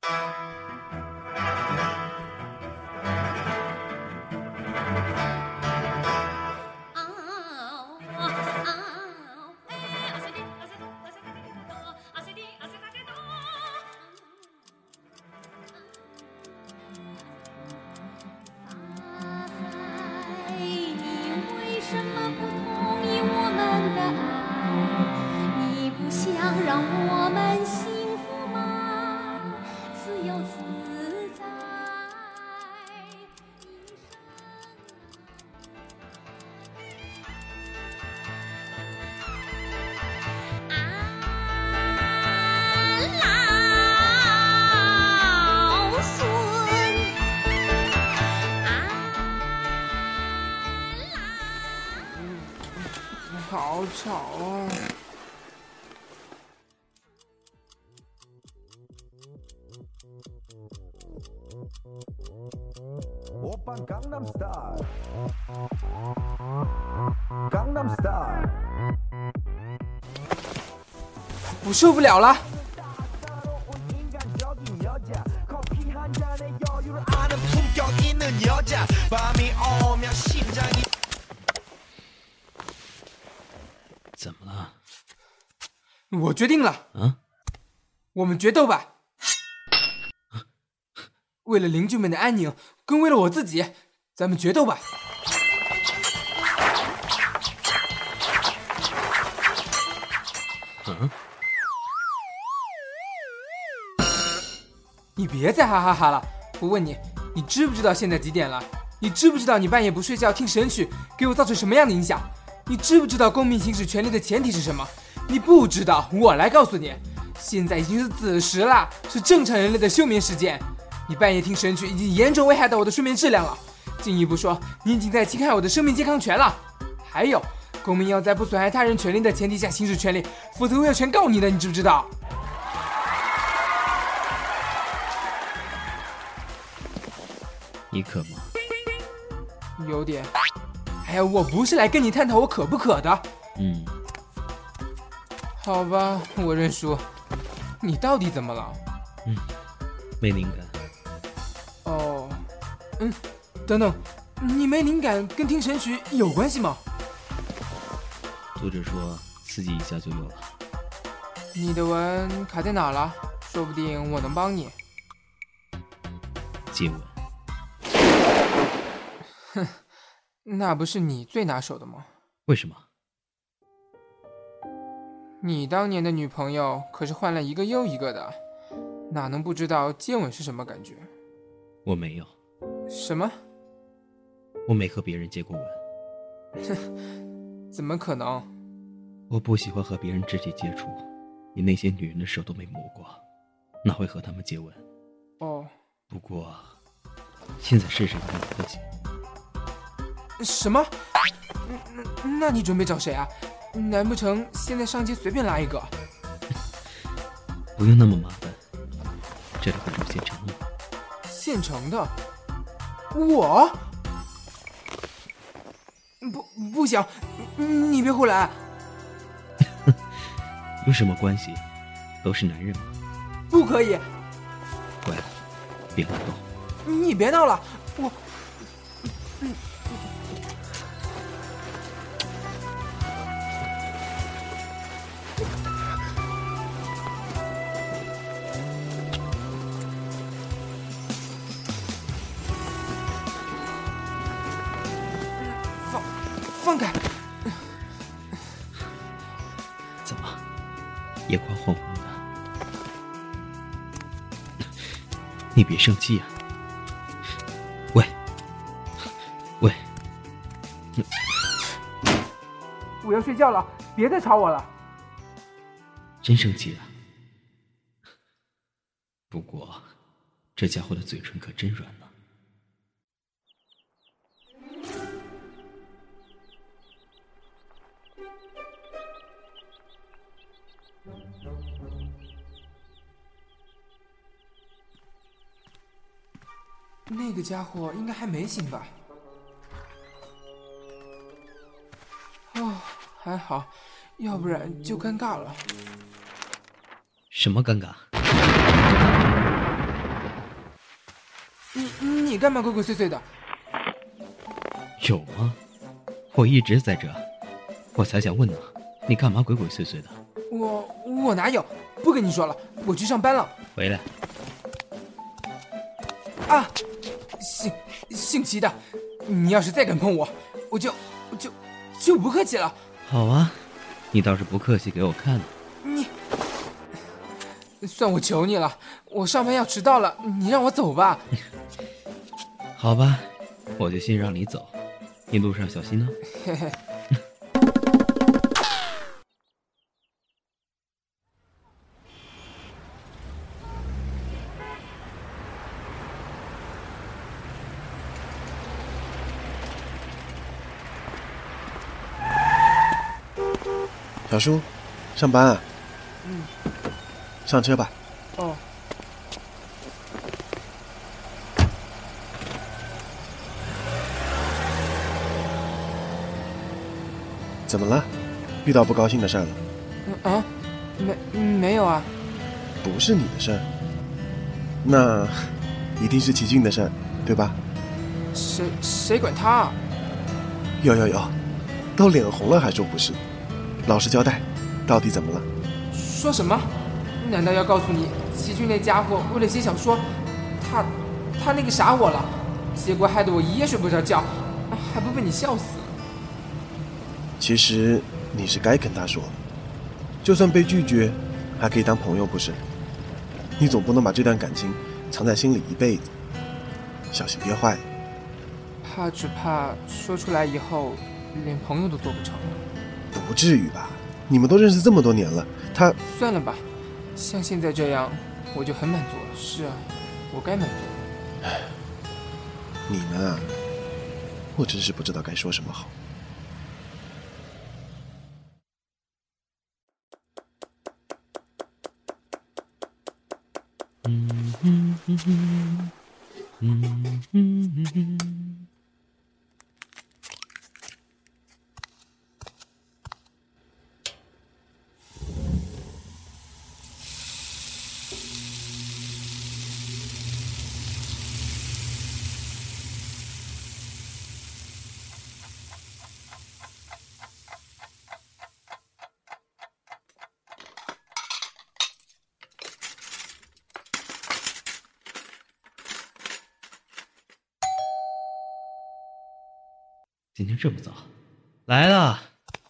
让我们幸福吗？自由自在。老孙， 好吵啊！我受不了了！ 怎么了？ 我决定了，我们决斗吧！为了邻居们的安宁，更为了我自己，咱们决斗吧！你别再哈哈哈了！我问你，你知不知道现在几点了？你知不知道你半夜不睡觉听神曲给我造成什么样的影响？你知不知道公平行使权利的前提是什么？你不知道，我来告诉你，现在已经是子时了，是正常人类的休眠时间。你半夜听神曲已经严重危害到我的睡眠质量了。进一步说，你已经在侵害我的生命健康权了。还有，公民要在不损害他人权利的前提下行使权利，否则我有权告你的，你知不知道？ 你渴吗？ 有点。哎呀，我不是来跟你探讨我渴不渴的。好吧，我认输。你到底怎么了？ 没灵感。 哦，等等，你没灵感跟听神曲有关系吗？ 作者说刺激一下就有了。 你的文卡在哪了？说不定我能帮你。 接吻。 哼，那不是你最拿手的吗？ 为什么？ 你当年的女朋友可是换了一个又一个的，哪能不知道接吻是什么感觉？ 我没有。 什么？ 我没和别人接过吻。 哼，怎么可能？ 我不喜欢和别人肢体接触，你那些女人的手都没摸过，哪会和她们接吻？ 哦。 不过，现在试试看客气。 什么？那你准备找谁啊？难不成现在上街随便拉一个？ 不用那么麻烦，这里会有现成的。 现成的？我？不行，你别胡来。 有什么关系？都是男人嘛。 不可以。 乖了，别乱动。 你别闹了，我。放开！ 怎么？眼眶红红的？你别生气啊！喂， 我要睡觉了，别再吵我了。 真生气了？不过，这家伙的嘴唇可真软呢。 那个家伙应该还没醒吧？哦，还好，要不然就尴尬了。 什么尴尬？ 你干嘛鬼鬼祟祟的？ 有吗？我一直在这，我才想问呢，你干嘛鬼鬼祟祟的？ 我哪有？不跟你说了，我去上班了。 回来。 啊，姓齐的，你要是再敢碰我，我就不客气了。 好啊，你倒是不客气给我看。 你，算我求你了，我上班要迟到了，你让我走吧。 好吧，我就先让你走，你路上小心呢。 嘿嘿。 小叔，上班啊？上车吧。 哦。 怎么了？遇到不高兴的事儿了？ 没有啊。 不是你的事儿，那一定是齐俊的事儿，对吧？ 谁管他啊？ 有，都脸红了还说不是？老实交代，到底怎么了？ 说什么？难道要告诉你，齐俊那家伙为了写小说，他那个傻我了，结果害得我一夜睡不着觉，还不被你笑死？ 其实你是该跟他说，就算被拒绝，还可以当朋友，不是？你总不能把这段感情藏在心里一辈子，小心憋坏了。 只怕说出来以后，连朋友都做不成了。 不至于吧？你们都认识这么多年了，他…… 算了吧，像现在这样，我就很满足了。是啊，我该满足了。 你呢？我真是不知道该说什么好。 今天这么早，来了。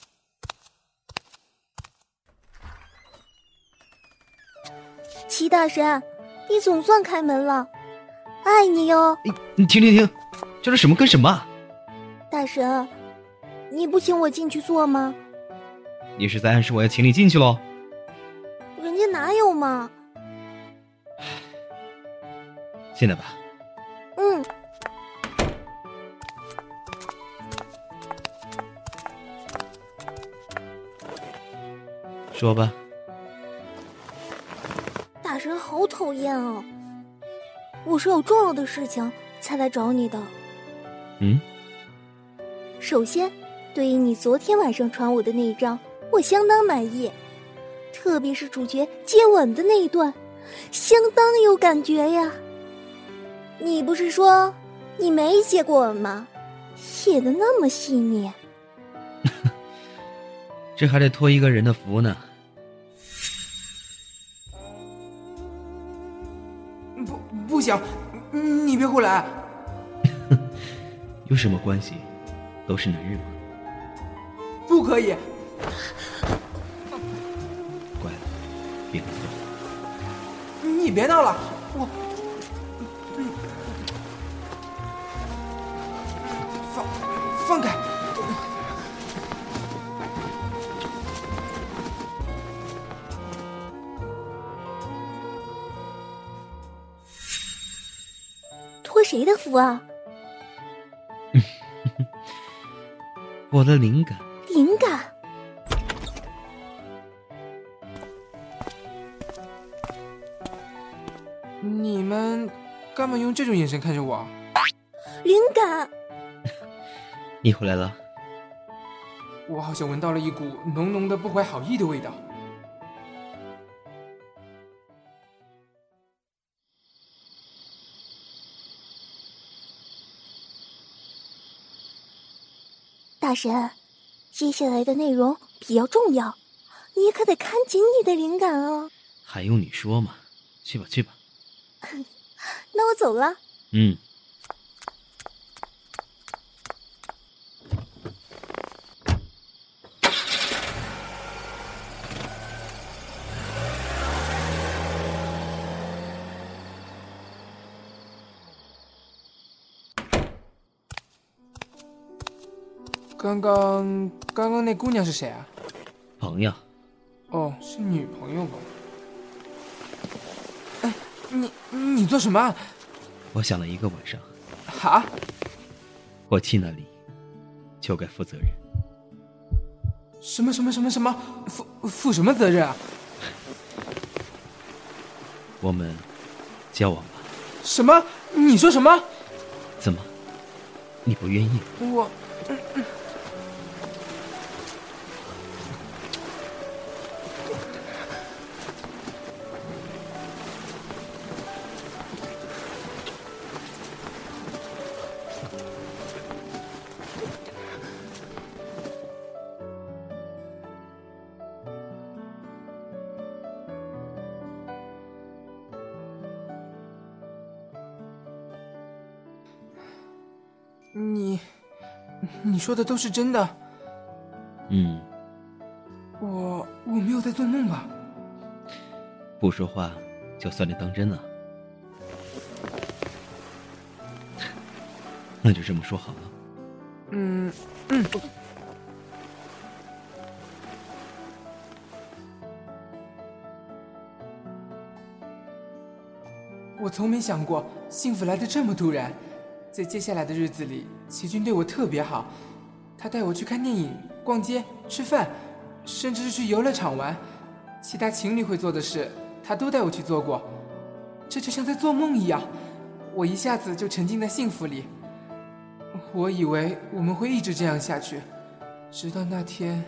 齐大神，你总算开门了，爱你哟！ 你停，这是什么跟什么啊？ 大神，你不请我进去坐吗？ 你是在暗示我要请你进去喽？ 人家哪有嘛？ 现在吧。说吧。 大神好讨厌啊！我是有重要的事情才来找你的。首先，对于你昨天晚上传我的那一张，我相当满意，特别是主角接吻的那一段，相当有感觉呀。你不是说你没接过吻吗？写得那么细腻。 这还得托一个人的福呢。 不行，你别胡来。 有什么关系？都是男人嘛。 不可以。 乖了，别跟动。 你别闹了，放开。 托谁的福啊？ 我的灵感。 灵感？ 你们干嘛用这种眼神看着我？ 灵感？ 你回来了。 我好像闻到了一股浓浓的不怀好意的味道。 大神，接下来的内容比较重要，你可得看紧你的灵感哦。 还用你说吗？去吧去吧。 那我走了。 刚刚那姑娘是谁啊？ 朋友。 哦，是女朋友吧？哎，你做什么啊？ 我想了一个晚上。 哈？ 我去那里就该负责任。 什么？负什么责任啊？ 我们交往吧。 什么？你说什么？ 怎么？你不愿意？ 我……你说的都是真的？我没有在做梦吧？ 不说话就算你当真了。那就这么说好了。 我从没想过幸福来得这么突然。在接下来的日子里，齐军对我特别好，他带我去看电影、逛街、吃饭，甚至是去游乐场玩。其他情侣会做的事，他都带我去做过。这就像在做梦一样，我一下子就沉浸在幸福里。我以为我们会一直这样下去，直到那天。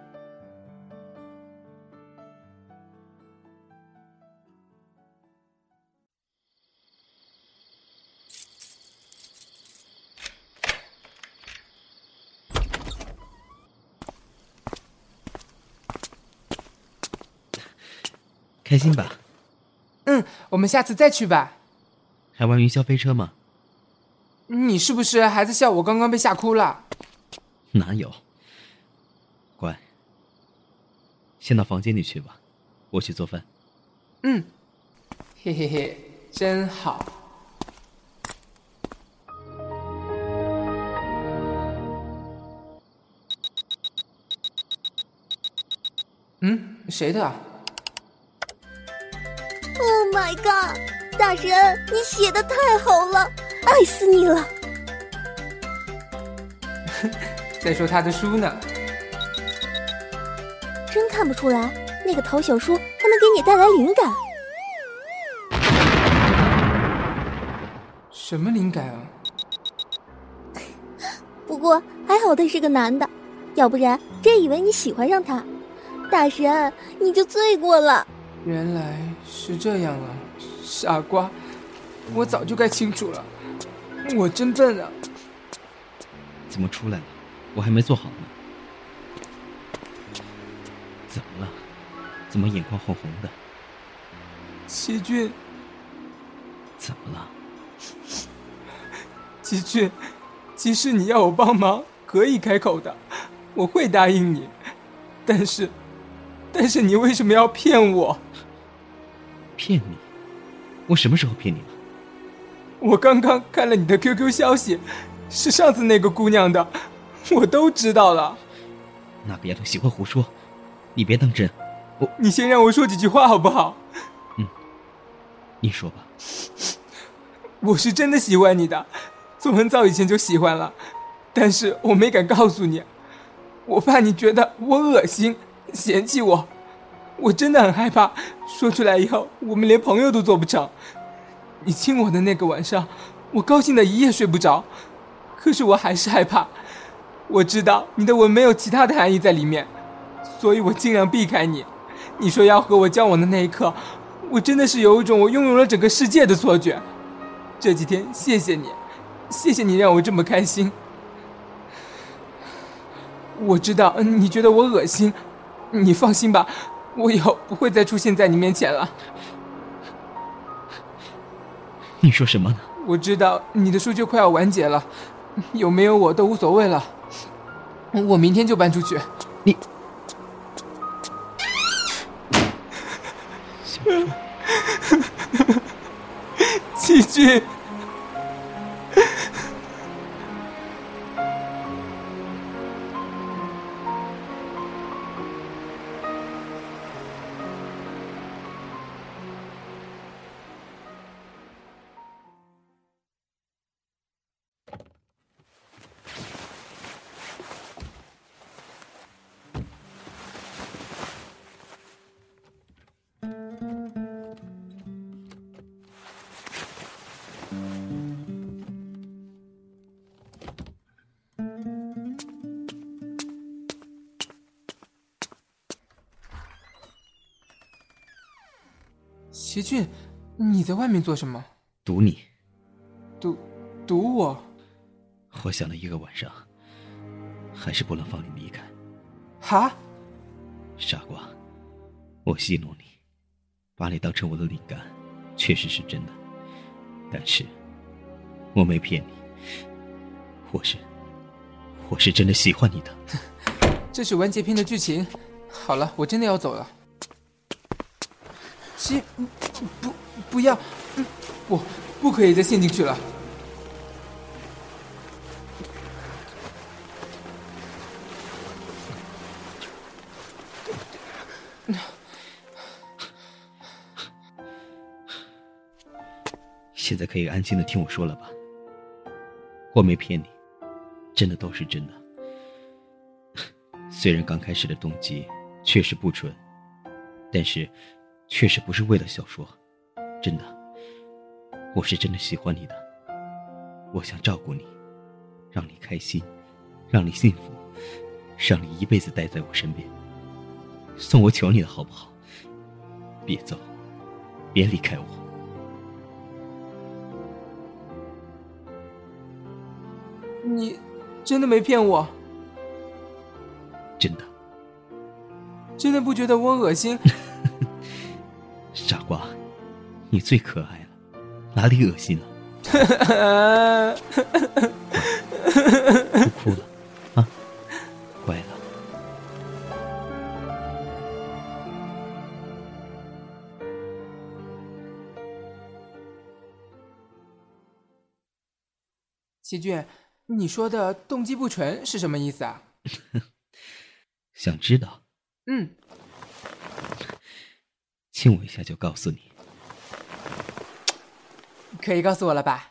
开心吧？ 我们下次再去吧。 还玩云霄飞车吗？ 你是不是还在笑我刚刚被吓哭了？ 哪有。乖，先到房间里去吧，我去做饭。 嘿嘿嘿，真好。谁的啊 ？Oh my god！ 大神，你写的太好了，爱死你了！ 在说他的书呢。 真看不出来，那个淘小说还能给你带来灵感。 什么灵感啊？ 不过还好他是个男的，要不然真以为你喜欢上他。大神，你就罪过了。 原来是这样啊，傻瓜，我早就该清楚了，我真笨啊。 怎么出来了？我还没做好呢。怎么了？怎么眼眶红红的？ 齐俊。 怎么了？ 齐俊，即使你要我帮忙，可以开口的，我会答应你。但是你为什么要骗我？ 骗你？我什么时候骗你了？ 我刚刚看了你的 QQ 消息，是上次那个姑娘的，我都知道了。 那个丫头喜欢胡说，你别当真。 你先让我说几句话好不好？ 你说吧。 我是真的喜欢你的，从很早以前就喜欢了，但是我没敢告诉你，我怕你觉得我恶心，嫌弃我。我真的很害怕，说出来以后我们连朋友都做不成。你亲我的那个晚上，我高兴的一夜睡不着，可是我还是害怕。我知道你的吻没有其他的含义在里面，所以我尽量避开你。你说要和我交往的那一刻，我真的是有一种我拥有了整个世界的错觉。这几天谢谢你，谢谢你让我这么开心。 我知道你觉得我恶心，你放心吧，我以后不会再出现在你面前了。 你说什么呢？ 我知道你的书就快要完结了，有没有我都无所谓了。我明天就搬出去。 你齐俊，齐俊，你在外面做什么？ 堵你。 堵我？ 我想了一个晚上，还是不能放你离开。 哈？ 傻瓜，我戏弄你，把你当成我的灵感，确实是真的。但是，我没骗你，我是真的喜欢你的。 这是完结篇的剧情。好了，我真的要走了。不要，我不可以再陷进去了。 现在可以安心的听我说了吧？我没骗你，真的都是真的。虽然刚开始的动机确实不纯，但是确实不是为了小说，真的，我是真的喜欢你的。我想照顾你，让你开心，让你幸福，让你一辈子待在我身边。送我求你了，好不好？别走，别离开我。 你真的没骗我？ 真的。 真的不觉得我恶心？ 傻瓜，你最可爱了，哪里恶心了？不哭了啊，乖了。 齐俊，你说的动机不纯是什么意思啊？ 想知道？亲我一下就告诉你。 可以告诉我了吧？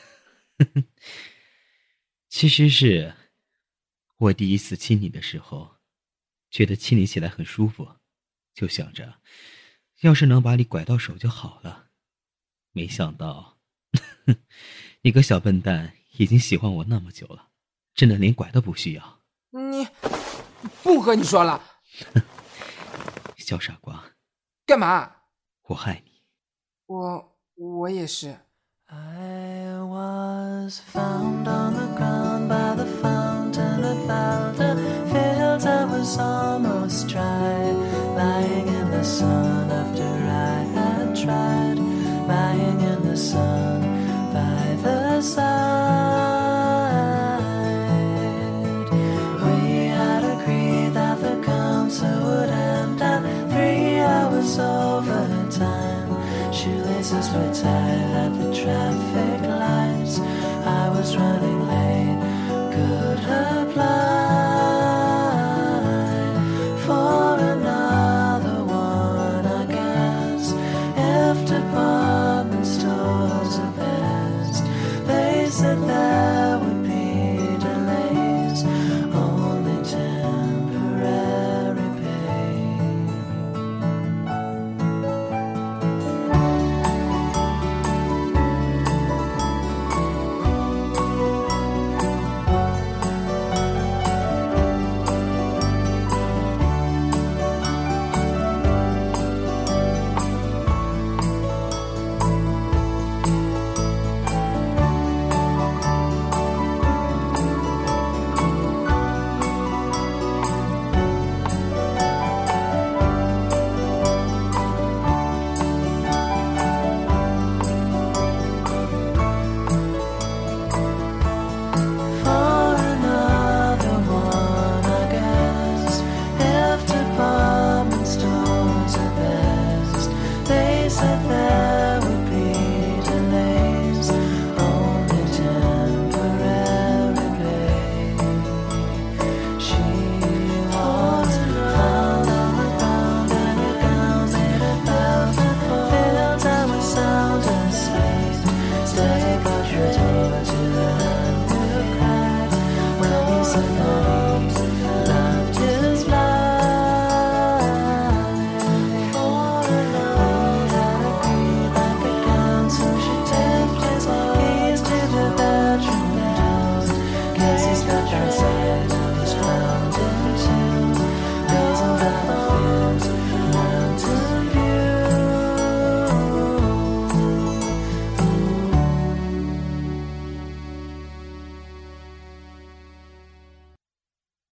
其实是我第一次亲你的时候，觉得亲你起来很舒服，就想着要是能把你拐到手就好了。没想到你个小笨蛋已经喜欢我那么久了，真的连拐都不需要。 你不和你说了。 小傻瓜， 干嘛？ 我爱你。 我也是。 I was found on the ground by the fountain at Valda Fields. I was almost dry, lying in the sun after I had tried, lying in the sun by the side. We had agreed that the concert would end at 3 hours overtime. Shoelaces were tied at the traffic lights. I was running late